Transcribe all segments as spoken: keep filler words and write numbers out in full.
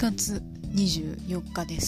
がつにじゅうよっかです。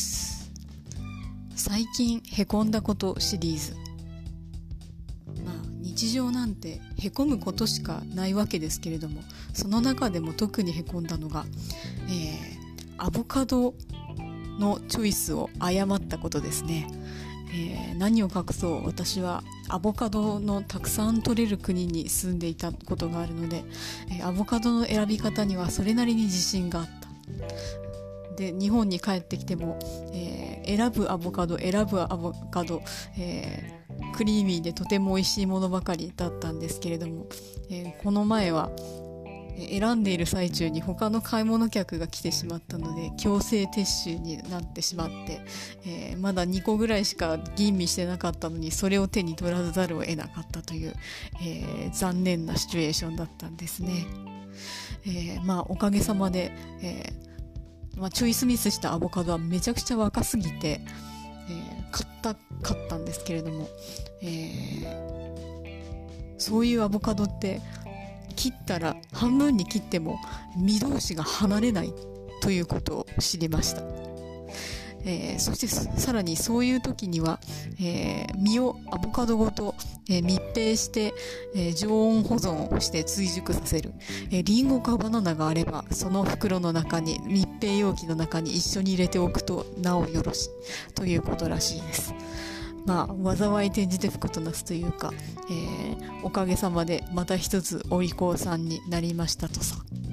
最近へこんだことシリーズ。まあ日常なんてへこむことしかないわけですけれども、その中でも特にへこんだのが、えー、アボカドのチョイスを誤ったことですね。えー、何を隠そう、私はアボカドのたくさん取れる国に住んでいたことがあるので、えー、アボカドの選び方にはそれなりに自信があった。で、日本に帰ってきても、えー、選ぶアボカド選ぶアボカド、えー、クリーミーでとても美味しいものばかりだったんですけれども、えー、この前は選んでいる最中に他の買い物客が来てしまったので強制撤収になってしまって、えー、まだにこぐらいしか吟味してなかったのにそれを手に取らざるを得なかったという、えー、残念なシチュエーションだったんですね。えー、まあおかげさまで、えーまあ、チョイスミスしたアボカドはめちゃくちゃ若すぎて、えー、買った買ったんですけれども、えー、そういうアボカドって切ったら半分に切っても実同士が離れないということを知りました。えー、そしてさらにそういう時には、えー、実をアボカドごと、えー、密閉して、えー、常温保存をして追熟させる、えー、リンゴかバナナがあればその袋の中に密閉容器の中に一緒に入れておくとなおよろしということらしいです。まあ、災い転じて福となすというか、えー、おかげさまでまた一つお利口さんになりましたとさ。